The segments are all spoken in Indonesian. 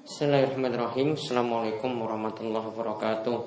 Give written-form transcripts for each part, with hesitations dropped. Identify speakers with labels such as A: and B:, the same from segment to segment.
A: Bismillahirrahmanirrahim. Assalamualaikum warahmatullahi wabarakatuh.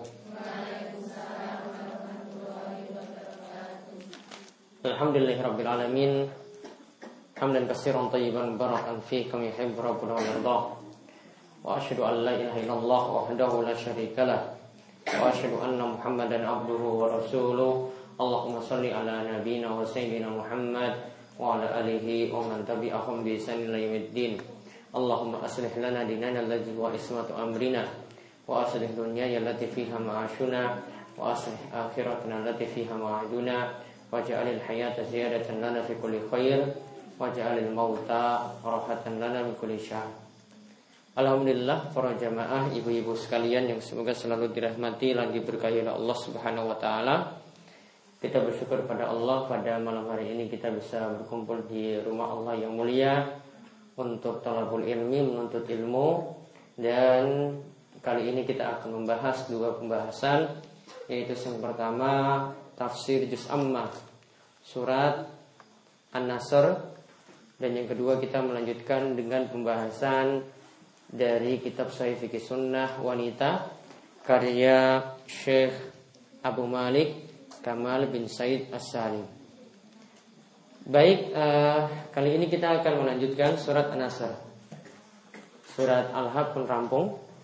A: Alhamdulillahirabbil alamin. Hamdan katsiran thayyiban mubarakan fihi kama yuhibbu rabbuna wa yardah. Wa asyhadu an la ilaha illallah wahdahu la syarikalah. Wa asyhadu anna Muhammadan abduhu wa rasuluh. Allahumma shalli ala nabiyyina wa sayyidina Muhammad wa ala alihi wa man tabi'ahum bi ihsan ila yaumiddin. Allahumma aslih lana dinana alladzi huwa ismatu amrina wa aslih dunyana allati fiha ma'ashuna wa aslih akhiratana allati fiha ma'aduna waj'alil hayata ziyadatan lana fi kulli khair waj'alil mauta rahatan lana min kulli syarr. Alhamdulillah para jamaah ibu-ibu sekalian yang semoga selalu dirahmati dan diberkahi oleh Allah Subhanahu wa taala. Kita bersyukur pada Allah pada malam hari ini kita bisa berkumpul di rumah Allah yang mulia untuk talabul ilmi, menuntut ilmu. Dan kali ini kita akan membahas dua pembahasan, yaitu yang pertama tafsir juz ammah surat An-Nasr, dan yang kedua kita melanjutkan dengan pembahasan dari kitab Sahih Fikih Sunnah Wanita karya Syekh Abu Malik Kamal bin Said As-Salim. Baik, kali ini kita akan melanjutkan surat An-Nasr. Surat Al-Haq pun rampung.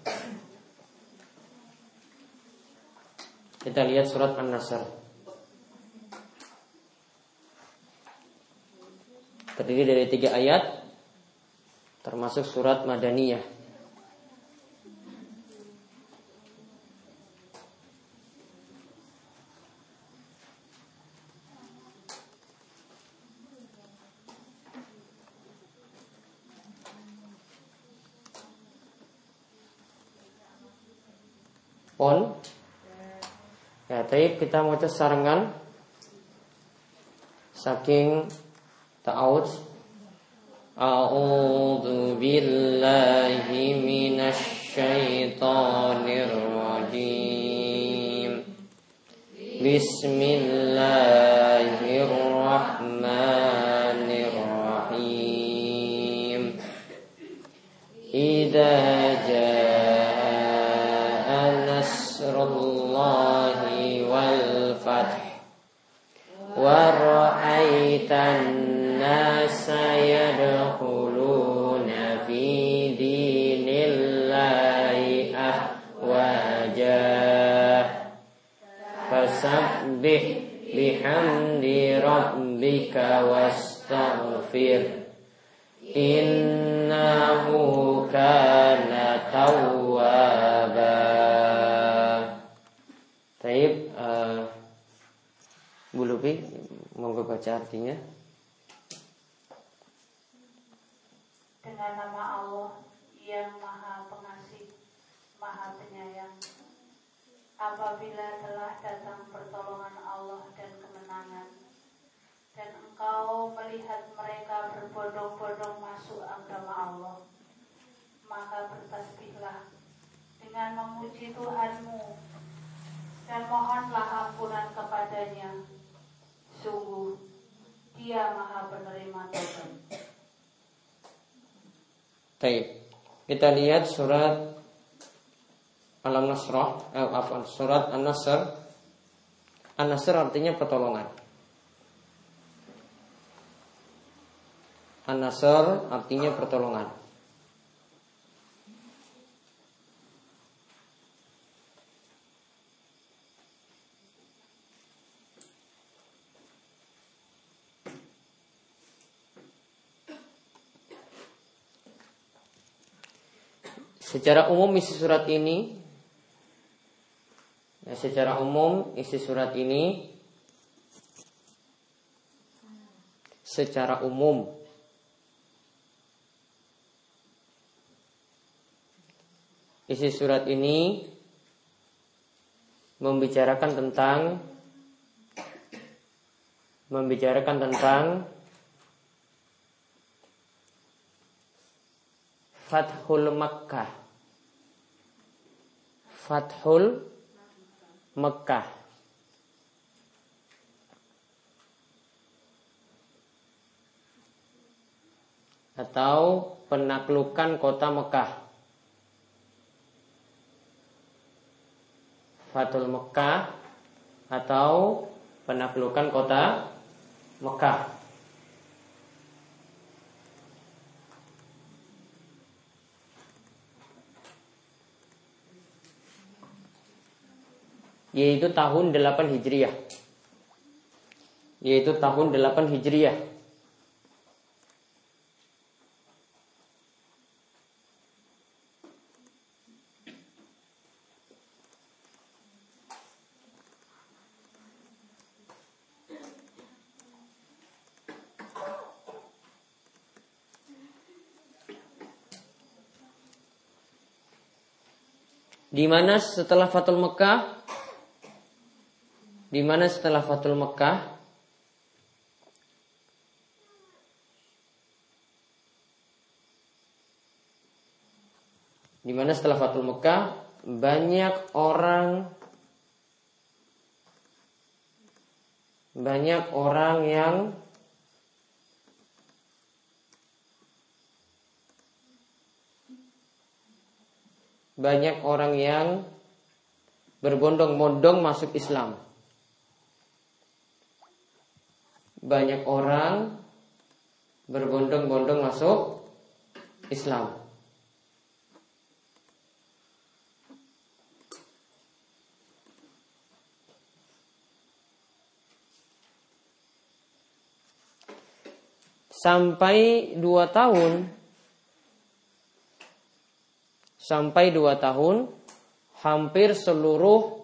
A: Kita lihat surat An-Nasr. Terdiri dari 3 ayat, termasuk surat Madaniyah. Ya, tapi kita mau sarangan saking ta'awudz. A'udzu billahi minasy syaithanir rajim. Bismillahirrahmanirrahim. Idza nasrullahi wal fath wa ra'aitan nasa yadkhuluna fi dinillahi afwaja fasabbih bihamdi rabbika wastaghfir innahu kana tawwaba. Baik, Bu Lupi, monggo baca artinya.
B: Dengan nama Allah yang Maha Pengasih, Maha Penyayang. Apabila telah datang pertolongan Allah dan kemenangan, dan engkau melihat mereka berbondong-bondong masuk agama Allah, maka bertasbihlah dengan memuji Tuhanmu dan mohonlah ampunan kepadanya. Sungguh Dia Maha Penerima Taubat.
A: Baik, kita lihat surat Al-Nasr, surat An-Nasr. An-Nasr artinya pertolongan. An-Nasr artinya pertolongan. Secara umum isi surat ini, secara umum isi surat ini membicarakan tentang Fathul Makkah. Atau penaklukan kota Mekah. Fathul Mekah atau penaklukan kota Mekah. Yaitu tahun 8 Hijriah. Di mana setelah Fathul Mekah? Di mana setelah Fathul Mekah? Di mana setelah Fathul Mekah banyak orang yang berbondong-bondong masuk Islam. Banyak orang berbondong-bondong masuk Islam. Sampai 2 tahun hampir seluruh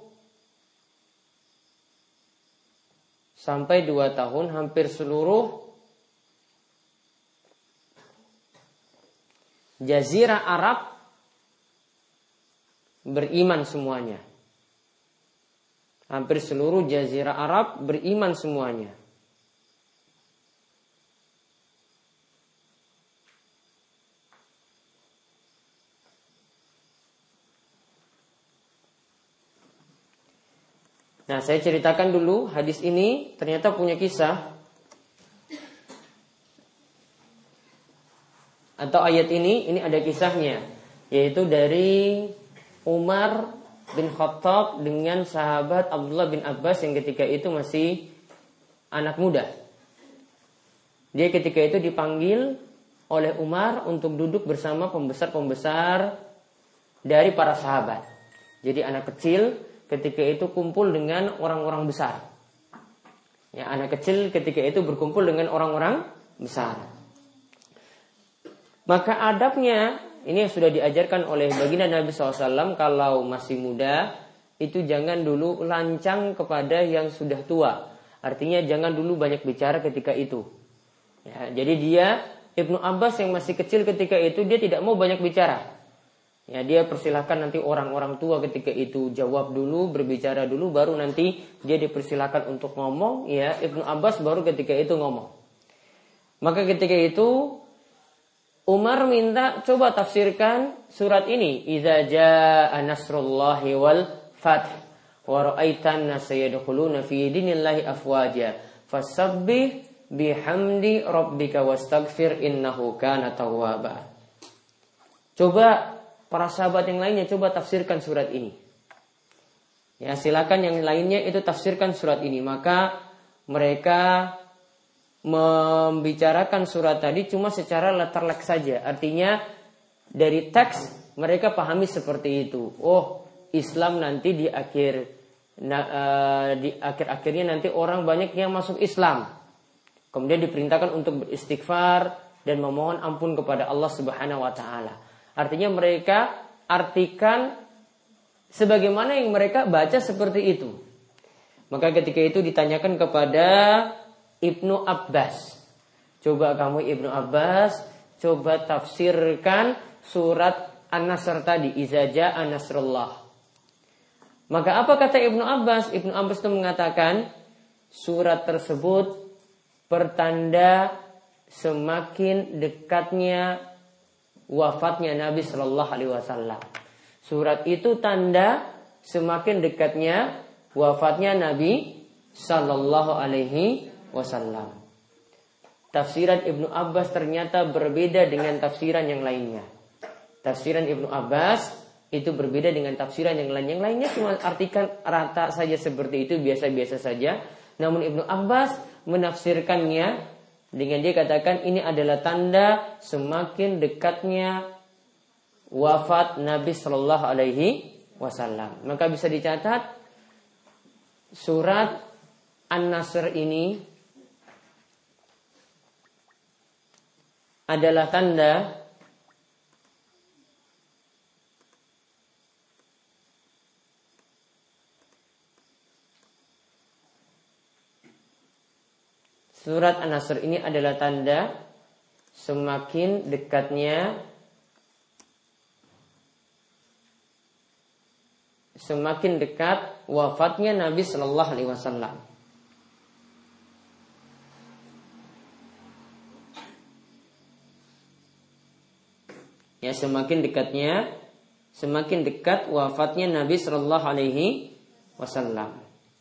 A: Jazirah Arab beriman semuanya. Hampir seluruh Jazirah Arab beriman semuanya. Nah, saya ceritakan dulu hadis ini ternyata punya kisah. Atau ayat ini ada kisahnya, yaitu dari Umar bin Khattab dengan sahabat Abdullah bin Abbas yang ketika itu masih anak muda. Dia ketika itu dipanggil oleh Umar untuk duduk bersama pembesar-pembesar dari para sahabat. Jadi anak kecil ketika itu kumpul dengan orang-orang besar. Ya, anak kecil ketika itu berkumpul dengan orang-orang besar. Maka adabnya ini yang sudah diajarkan oleh baginda Nabi SAW, kalau masih muda itu jangan dulu lancang kepada yang sudah tua. Artinya jangan dulu banyak bicara ketika itu. Ya, jadi dia Ibnu Abbas yang masih kecil ketika itu dia tidak mau banyak bicara. Ya, dia persilahkan nanti orang-orang tua ketika itu jawab dulu, berbicara dulu, baru nanti dia dipersilahkan untuk ngomong. Ya, Ibnu Abbas baru ketika itu ngomong. Maka ketika itu Umar minta coba tafsirkan surat ini. Idza jaa nasrullahi wal fath wa ra'aitan nasa yadkhuluna fi dinillahi afwaja fasabbih bihamdi rabbika wastaghfir innahu kana tawwaba. Coba para sahabat yang lainnya coba tafsirkan surat ini. Ya, silakan yang lainnya itu tafsirkan surat ini. Maka mereka membicarakan surat tadi cuma secara letter-lek saja. Artinya dari teks mereka pahami seperti itu. Oh, Islam nanti di akhir-akhirnya nanti orang banyak yang masuk Islam. Kemudian diperintahkan untuk beristighfar dan memohon ampun kepada Allah Subhanahu wa taala. Artinya mereka artikan sebagaimana yang mereka baca seperti itu. Maka ketika itu ditanyakan kepada Ibnu Abbas. Coba kamu Ibnu Abbas, coba tafsirkan surat An-Nasr tadi. Iza jaa nasrullah. Maka apa kata Ibnu Abbas? Ibnu Abbas itu mengatakan surat tersebut pertanda semakin dekatnya wafatnya Nabi Shallallahu Alaihi Wasallam. Surat itu tanda semakin dekatnya wafatnya Nabi Shallallahu Alaihi Wasallam. Tafsiran Ibnu Abbas ternyata berbeda dengan tafsiran yang lainnya. Tafsiran Ibnu Abbas itu berbeda dengan tafsiran yang lain. Yang lainnya cuma artikan rata saja seperti itu, biasa-biasa saja. Namun Ibnu Abbas menafsirkannya dengan dia katakan ini adalah tanda semakin dekatnya wafat Nabi Shallallahu Alaihi Wasallam. Maka bisa dicatat surat An-Nasr ini adalah tanda surat An-Nasr ini adalah tanda semakin dekatnya, semakin dekat wafatnya Nabi Sallallahu Alaihi Wasallam. Ya, semakin dekatnya, semakin dekat wafatnya Nabi Sallallahu Alaihi Wasallam.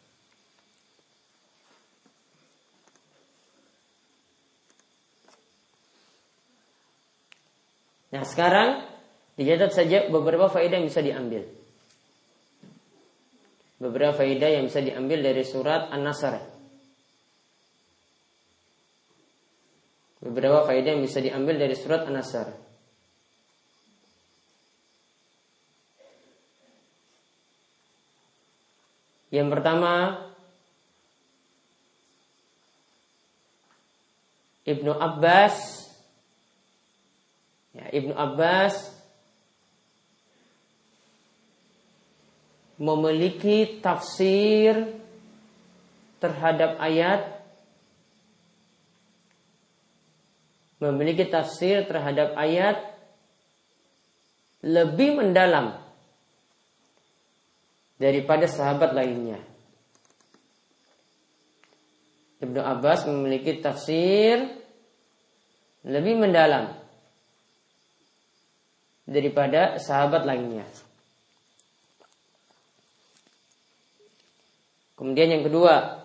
A: Nah, sekarang dicatat saja beberapa faedah yang bisa diambil. Beberapa faedah yang bisa diambil dari surat An-Nasr. Beberapa faedah yang bisa diambil dari surat An-Nasr. Yang pertama, Ibnu Abbas memiliki tafsir terhadap ayat, lebih mendalam daripada sahabat lainnya. Ibnu Abbas memiliki tafsir lebih mendalam daripada sahabat lainnya. Kemudian yang kedua,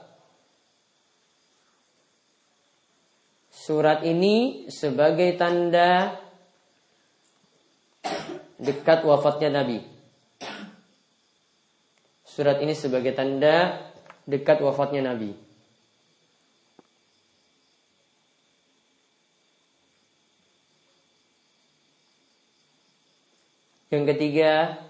A: surat ini sebagai tanda dekat wafatnya Nabi. Surat ini sebagai tanda dekat wafatnya Nabi. Yang ketiga,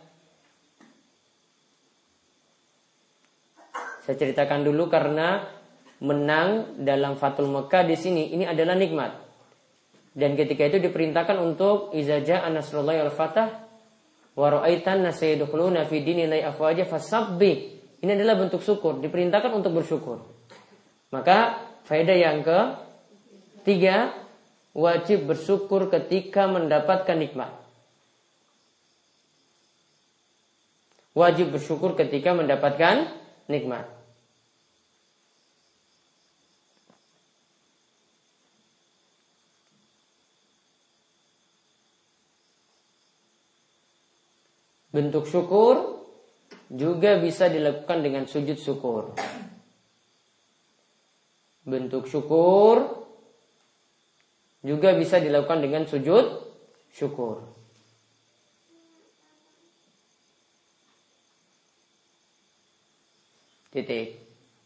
A: saya ceritakan dulu karena menang dalam Fathul Mekah di sini ini adalah nikmat. Dan ketika itu diperintahkan untuk iza jaa nasrullahi wal fath wa ra'aitan nasa yadkhuluna fi dinillahi afwaja fasabbih. Ini adalah bentuk syukur, diperintahkan untuk bersyukur. Maka faedah yang ketiga, wajib bersyukur ketika mendapatkan nikmat. Wajib bersyukur ketika mendapatkan nikmat. Bentuk syukur juga bisa dilakukan dengan sujud syukur. Bentuk syukur juga bisa dilakukan dengan sujud syukur. Titik.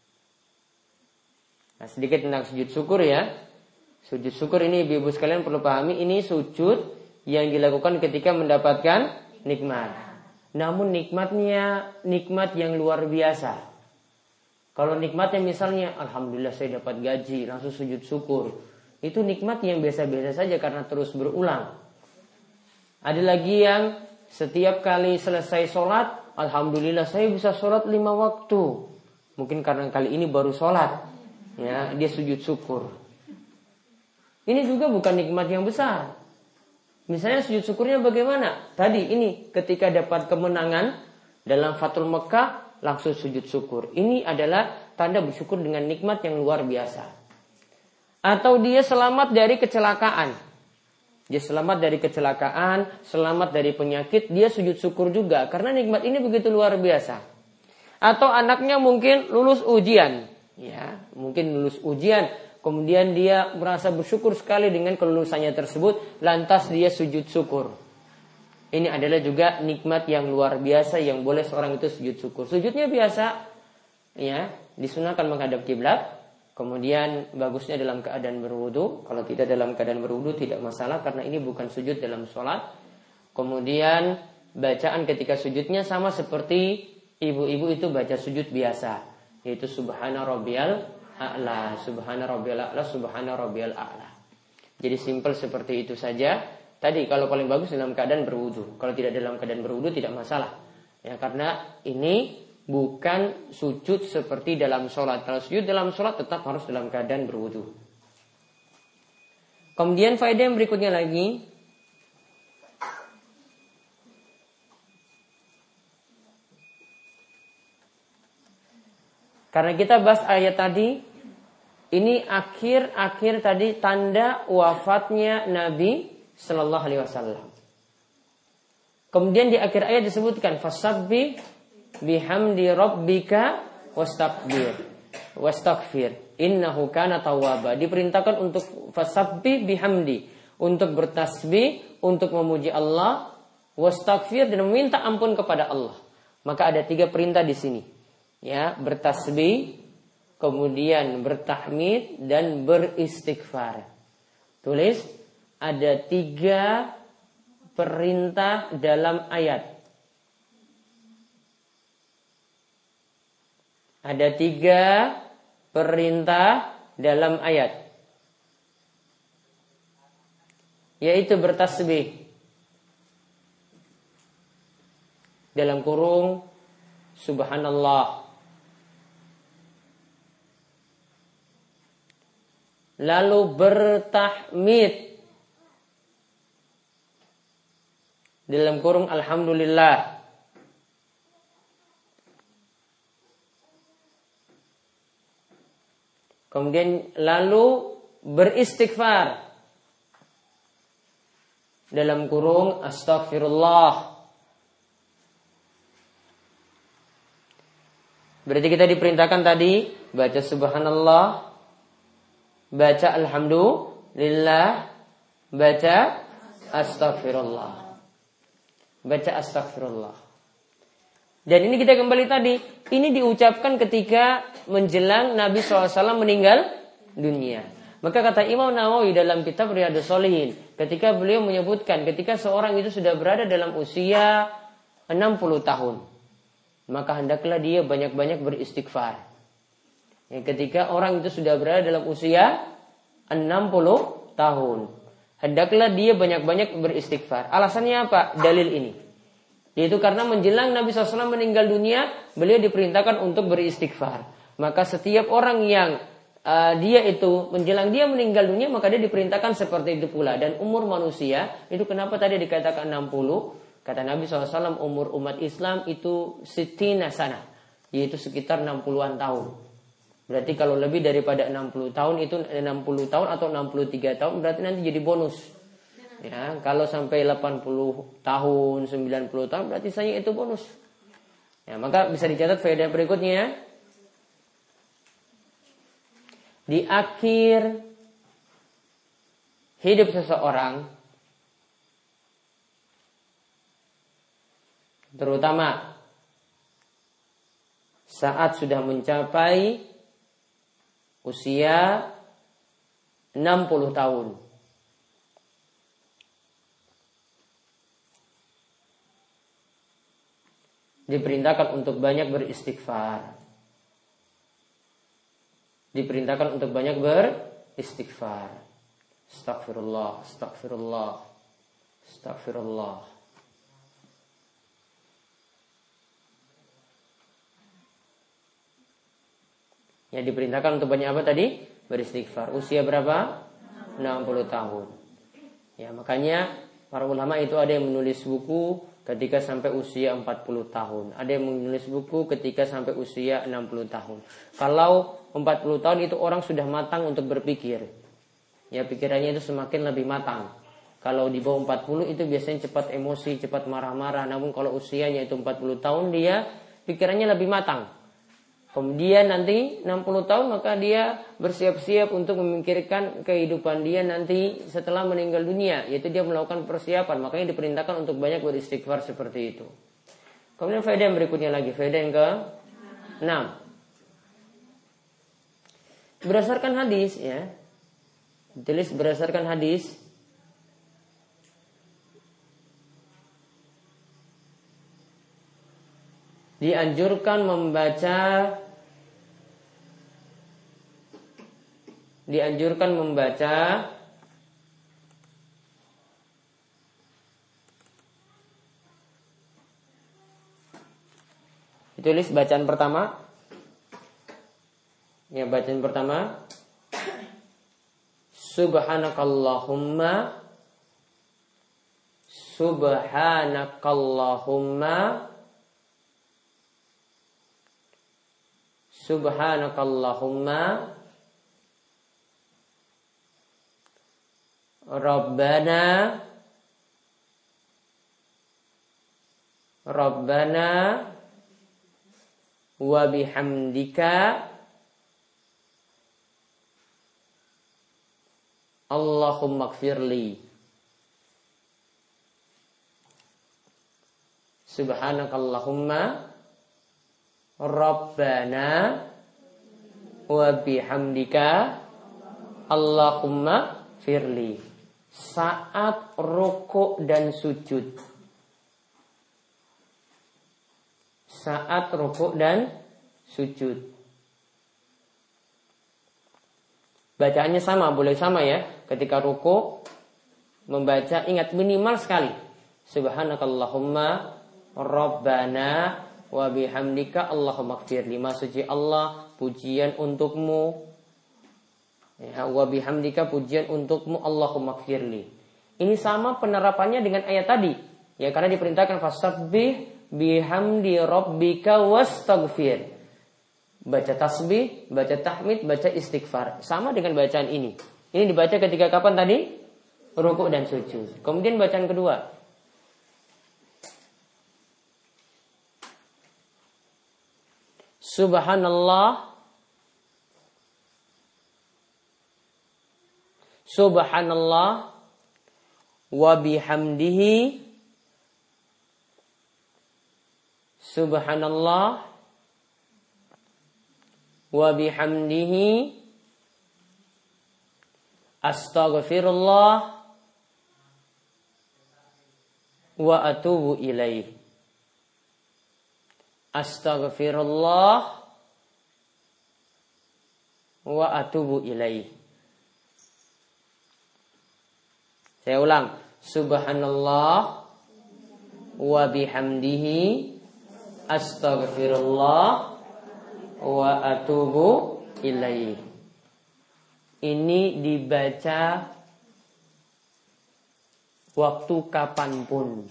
A: Nah, sedikit tentang sujud syukur ya. Sujud syukur ini ibu-ibu sekalian perlu pahami, ini sujud yang dilakukan ketika mendapatkan nikmat. Namun nikmatnya nikmat yang luar biasa. Kalau nikmatnya misalnya alhamdulillah saya dapat gaji, langsung sujud syukur, itu nikmat yang biasa-biasa saja karena terus berulang. Ada lagi yang setiap kali selesai sholat, alhamdulillah saya bisa sholat 5 waktu. Mungkin karena kali ini baru sholat, ya, dia sujud syukur. Ini juga bukan nikmat yang besar. Misalnya sujud syukurnya bagaimana? Tadi ini ketika dapat kemenangan dalam Fathul Mekah langsung sujud syukur. Ini adalah tanda bersyukur dengan nikmat yang luar biasa. Atau dia selamat dari kecelakaan. Dia selamat dari kecelakaan, selamat dari penyakit, dia sujud syukur juga karena nikmat ini begitu luar biasa. Atau anaknya mungkin lulus ujian, ya, mungkin lulus ujian. Kemudian dia merasa bersyukur sekali dengan kelulusannya tersebut, lantas dia sujud syukur. Ini adalah juga nikmat yang luar biasa yang boleh seorang itu sujud syukur. Sujudnya biasa, ya, disunahkan menghadap kiblat. Kemudian bagusnya dalam keadaan berwudu. Kalau tidak dalam keadaan berwudu tidak masalah karena ini bukan sujud dalam sholat. Kemudian bacaan ketika sujudnya sama seperti ibu-ibu itu baca sujud biasa, yaitu subhana rabbiyal a'la, subhana rabbiyal a'la, subhana rabbiyal a'la. Jadi simple seperti itu saja. Tadi kalau paling bagus dalam keadaan berwudu. Kalau tidak dalam keadaan berwudu tidak masalah. Ya, karena ini bukan sujud seperti dalam sholat. Kalau sujud dalam sholat tetap harus dalam keadaan berwudu. Kemudian faedah yang berikutnya lagi, karena kita bahas ayat tadi, ini akhir tadi tanda wafatnya Nabi Sallallahu Alaihi Wasallam. Kemudian di akhir ayat disebutkan fasabbih bihamdi rabbika wastaghfir innahu kana tawwaba. Diperintahkan untuk fasabbih bihamdi, untuk bertasbih, untuk memuji Allah, wastaghfir dan meminta ampun kepada Allah. Maka ada 3 perintah di sini. Ya, bertasbih, kemudian bertahmid dan beristighfar. Tulis ada 3 perintah dalam ayat. Ada 3 perintah dalam ayat, yaitu bertasbih dalam kurung subhanallah, lalu bertahmid dalam kurung alhamdulillah, kemudian lalu beristighfar dalam kurung astaghfirullah. Berarti kita diperintahkan tadi baca subhanallah, baca alhamdulillah, baca astaghfirullah. Baca astaghfirullah. Dan ini kita kembali tadi, ini diucapkan ketika menjelang Nabi SAW meninggal dunia. Maka kata Imam Nawawi dalam kitab Riyadhus Shalihin, ketika beliau menyebutkan ketika seorang itu sudah berada dalam usia 60 tahun, maka hendaklah dia banyak-banyak beristighfar. Ya, ketika orang itu sudah berada dalam usia 60 tahun, hendaklah dia banyak-banyak beristighfar. Alasannya apa? Dalil ini. Yaitu karena menjelang Nabi SAW meninggal dunia, beliau diperintahkan untuk beristighfar. Maka setiap orang yang dia itu menjelang dia meninggal dunia, maka dia diperintahkan seperti itu pula. Dan umur manusia, itu kenapa tadi dikatakan 60? Kata Nabi SAW, umur umat Islam itu sitina sana, yaitu sekitar 60-an tahun. Berarti kalau lebih daripada 60 tahun itu 60 tahun atau 63 tahun berarti nanti jadi bonus. Ya, kalau sampai 80 tahun, 90 tahun berarti saya itu bonus. Ya, maka bisa dicatat faedah berikutnya. Di akhir hidup seseorang, terutama saat sudah mencapai usia 60 tahun, diperintahkan untuk banyak beristighfar. Diperintahkan untuk banyak beristighfar. Astagfirullah, astagfirullah, astagfirullah. Ya, diperintahkan untuk banyak apa tadi? Beristighfar. Usia berapa? 60 tahun. Ya, makanya para ulama itu ada yang menulis buku ketika sampai usia 40 tahun. Ada yang menulis buku ketika sampai usia 60 tahun. Kalau 40 tahun itu orang sudah matang untuk berpikir. Ya, pikirannya itu semakin lebih matang. Kalau di bawah 40 itu biasanya cepat emosi, cepat marah-marah. Namun kalau usianya itu 40 tahun, dia pikirannya lebih matang. Kemudian nanti 60 tahun maka dia bersiap-siap untuk memikirkan kehidupan dia nanti setelah meninggal dunia. Yaitu dia melakukan persiapan. Makanya diperintahkan untuk banyak beristighfar seperti itu. Kemudian faedah yang berikutnya lagi. Faedah yang ke-6. Berdasarkan hadis ya. Ditulis berdasarkan hadis. Dianjurkan membaca ditulis bacaan pertama. Ya, bacaan pertama Subhanakallahumma Rabbana wa bihamdika Allahumma gfirli. Subhanakallahumma Rabbana wa bihamdika Allahumma firli. Saat rukuk dan sujud. Saat rukuk dan sujud. Bacaannya sama, boleh sama ya. Ketika rukuk membaca, ingat minimal sekali. Subhanakallahumma Rabbana wa bihamdika Allahumma gfirli. Maha suci Allah, pujian untukmu. Ya, wa bihamdika, pujian untukmu Allahumma gfirli. Ini sama penerapannya dengan ayat tadi. Ya, karena diperintahkan fasabbih bihamdi rabbika wastaghfir. Baca tasbih, baca tahmid, baca istighfar. Sama dengan bacaan ini. Ini dibaca ketika kapan tadi? Rukuk dan sujud. Kemudian bacaan kedua. Subhanallah wa bihamdihi. Subhanallah wa bihamdihi astaghfirullah wa atubu ilaih. Astaghfirullah wa atubu ilaih. Saya ulang. Subhanallah wa bihamdihi astaghfirullah wa atubu ilaih. Ini dibaca waktu kapanpun.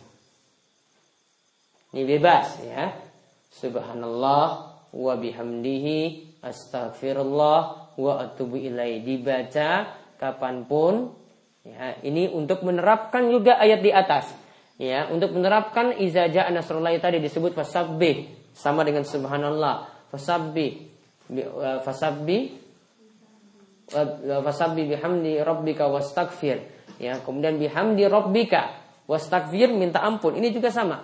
A: Ini bebas ya. Subhanallah wa bihamdihi astaghfirullah wa atubu ilaih. Dibaca kapanpun. Ya, ini untuk menerapkan juga ayat di atas. Ya, untuk menerapkan iza ja'a nasrullah tadi disebut fasabbih sama dengan subhanallah. Fasabbih bihamdi rabbika wastaghfir. Ya, kemudian bihamdi rabbika wastaghfir, minta ampun. Ini juga sama.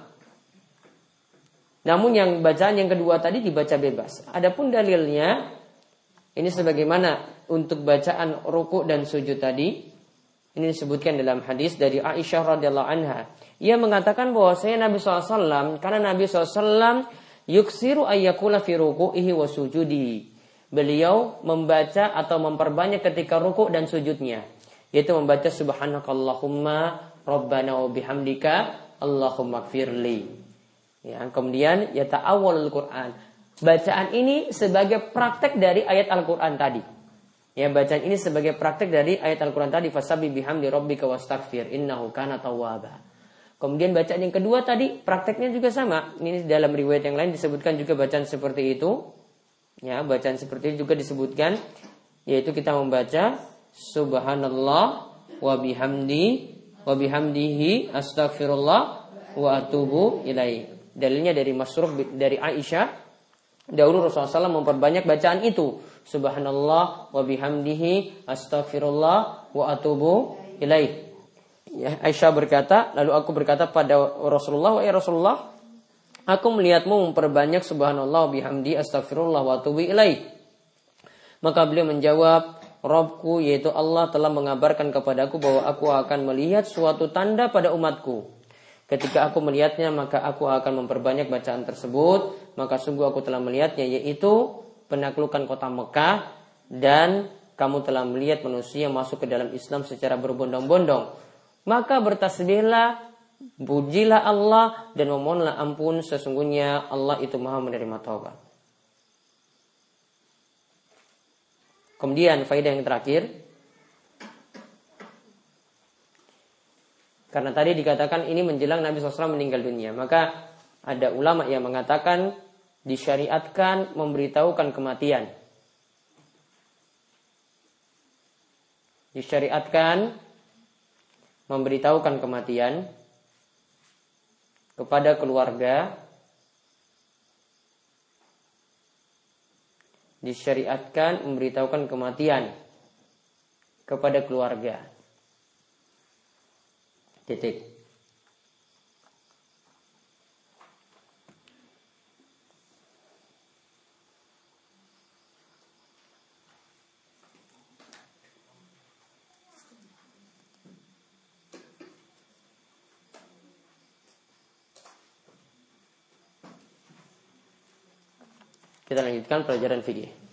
A: Namun yang bacaan yang kedua tadi dibaca bebas. Adapun dalilnya ini sebagaimana untuk bacaan rukuk dan sujud tadi. Ini disebutkan dalam hadis dari Aisyah radhiyallahu anha. Ia mengatakan bahwasanya Nabi SAW, karena Nabi SAW yuksiru ayyakula fi ruku'ihi wa sujudi. Beliau membaca atau memperbanyak ketika rukuk dan sujudnya, yaitu membaca subhanakallahumma rabbana wa bihamdika Allahumma gfirli. Ya, kemudian yata'awwalul Qur'an. Bacaan ini sebagai praktek dari ayat Al-Qur'an tadi. Ya, bacaan ini sebagai praktek dari ayat Al-Qur'an tadi, fasabbih bihamdi rabbika wastaghfir innahu kana tawwaba. Kemudian bacaan yang kedua tadi prakteknya juga sama. Ini dalam riwayat yang lain disebutkan juga bacaan seperti itu. Ya, bacaan seperti itu juga disebutkan, yaitu kita membaca subhanallah wa bihamdihi astaghfirullah wa atubu ilaih. Dalilnya dari Masruq dari Aisyah Dahulu Rasulullah SAW memperbanyak bacaan itu. Subhanallah wa bihamdihi astaghfirullah wa atubu ilaih. Ya, Aisyah berkata, lalu aku berkata pada Rasulullah, wahai Rasulullah, aku melihatmu memperbanyak subhanallah wa bihamdi astaghfirullah wa atubu ilaih. Maka beliau menjawab, Rabbku yaitu Allah telah mengabarkan kepadaku bahwa aku akan melihat suatu tanda pada umatku. Ketika aku melihatnya maka aku akan memperbanyak bacaan tersebut. Maka sungguh aku telah melihatnya, yaitu penaklukan kota Mekah. Dan kamu telah melihat manusia masuk ke dalam Islam secara berbondong-bondong. Maka bertasbihlah, pujilah Allah dan memohonlah ampun, sesungguhnya Allah itu Maha menerima taubat. Kemudian faedah yang terakhir, karena tadi dikatakan ini menjelang Nabi SAW meninggal dunia, maka ada ulama yang mengatakan disyariatkan memberitahukan kematian. Disyariatkan memberitahukan kematian kepada keluarga. Disyariatkan memberitahukan kematian kepada keluarga. Titik. Kita lanjutkan pelajaran fikih.